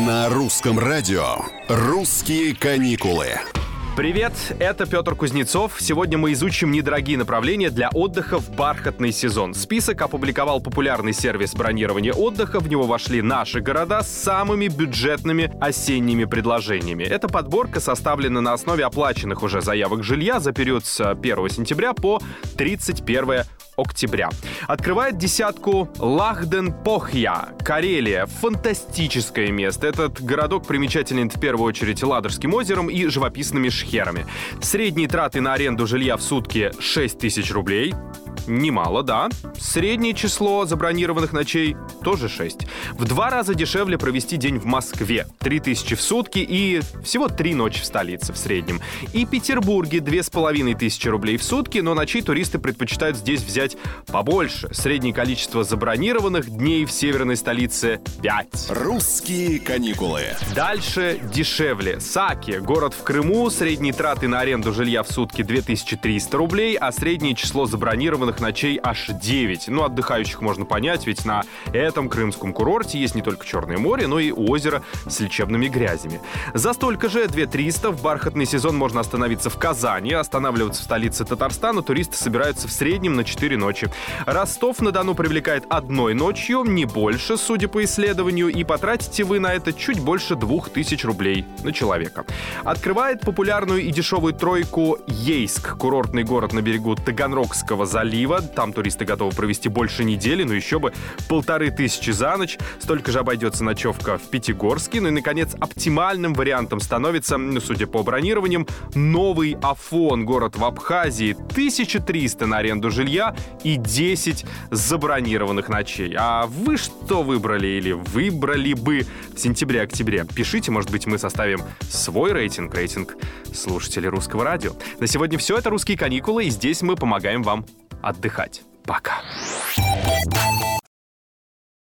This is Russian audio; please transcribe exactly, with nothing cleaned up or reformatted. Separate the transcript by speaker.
Speaker 1: На русском радио «Русские каникулы».
Speaker 2: Привет, это Петр Кузнецов. Сегодня мы изучим недорогие направления для отдыха в бархатный сезон. Список опубликовал популярный сервис бронирования отдыха. В него вошли наши города с самыми бюджетными осенними предложениями. Эта подборка составлена на основе оплаченных уже заявок жилья за период с первого сентября по тридцать первое октября. Открывает десятку Лахденпохья, Карелия. Фантастическое место. Этот городок примечателен в первую очередь Ладожским озером и живописными шхерами. Средние траты на аренду жилья в сутки шесть тысяч рублей. Немало, да. Среднее число забронированных ночей тоже шесть. В два раза дешевле провести день в Москве. три тысячи в сутки и всего три ночи в столице в среднем. И в Петербурге две с половиной тысячи рублей в сутки, но ночей туристы предпочитают здесь взять побольше. Среднее количество забронированных дней в северной столице пять.
Speaker 1: Русские каникулы.
Speaker 2: Дальше дешевле. Саки, город в Крыму. Средние траты на аренду жилья в сутки две тысячи триста рублей, а среднее число забронированных ночей аж девять. Ну, отдыхающих можно понять, ведь на этом крымском курорте есть не только Черное море, но и озеро с лечебными грязями. За столько же, две тысячи триста, в бархатный сезон можно остановиться в Казани. Останавливаться в столице Татарстана туристы собираются в среднем на четыре ночи. Ростов-на-Дону привлекает одной ночью, не больше, судя по исследованию, и потратите вы на это чуть больше двух тысяч рублей на человека. Открывает популярную и дешевую тройку Ейск, курортный город на берегу Таганрогского залива. Там туристы готовы провести больше недели, ну еще бы полторы тысячи за ночь. Столько же обойдется ночевка в Пятигорске. Ну и, наконец, оптимальным вариантом становится, ну, судя по бронированиям, Новый Афон, город в Абхазии. тысяча триста на аренду жилья и десять забронированных ночей. А вы что выбрали или выбрали бы в сентябре-октябре? Пишите, может быть, мы составим свой рейтинг, рейтинг слушателей русского радио. На сегодня все. Это «Русские каникулы», и здесь мы помогаем вам отдыхать. Пока.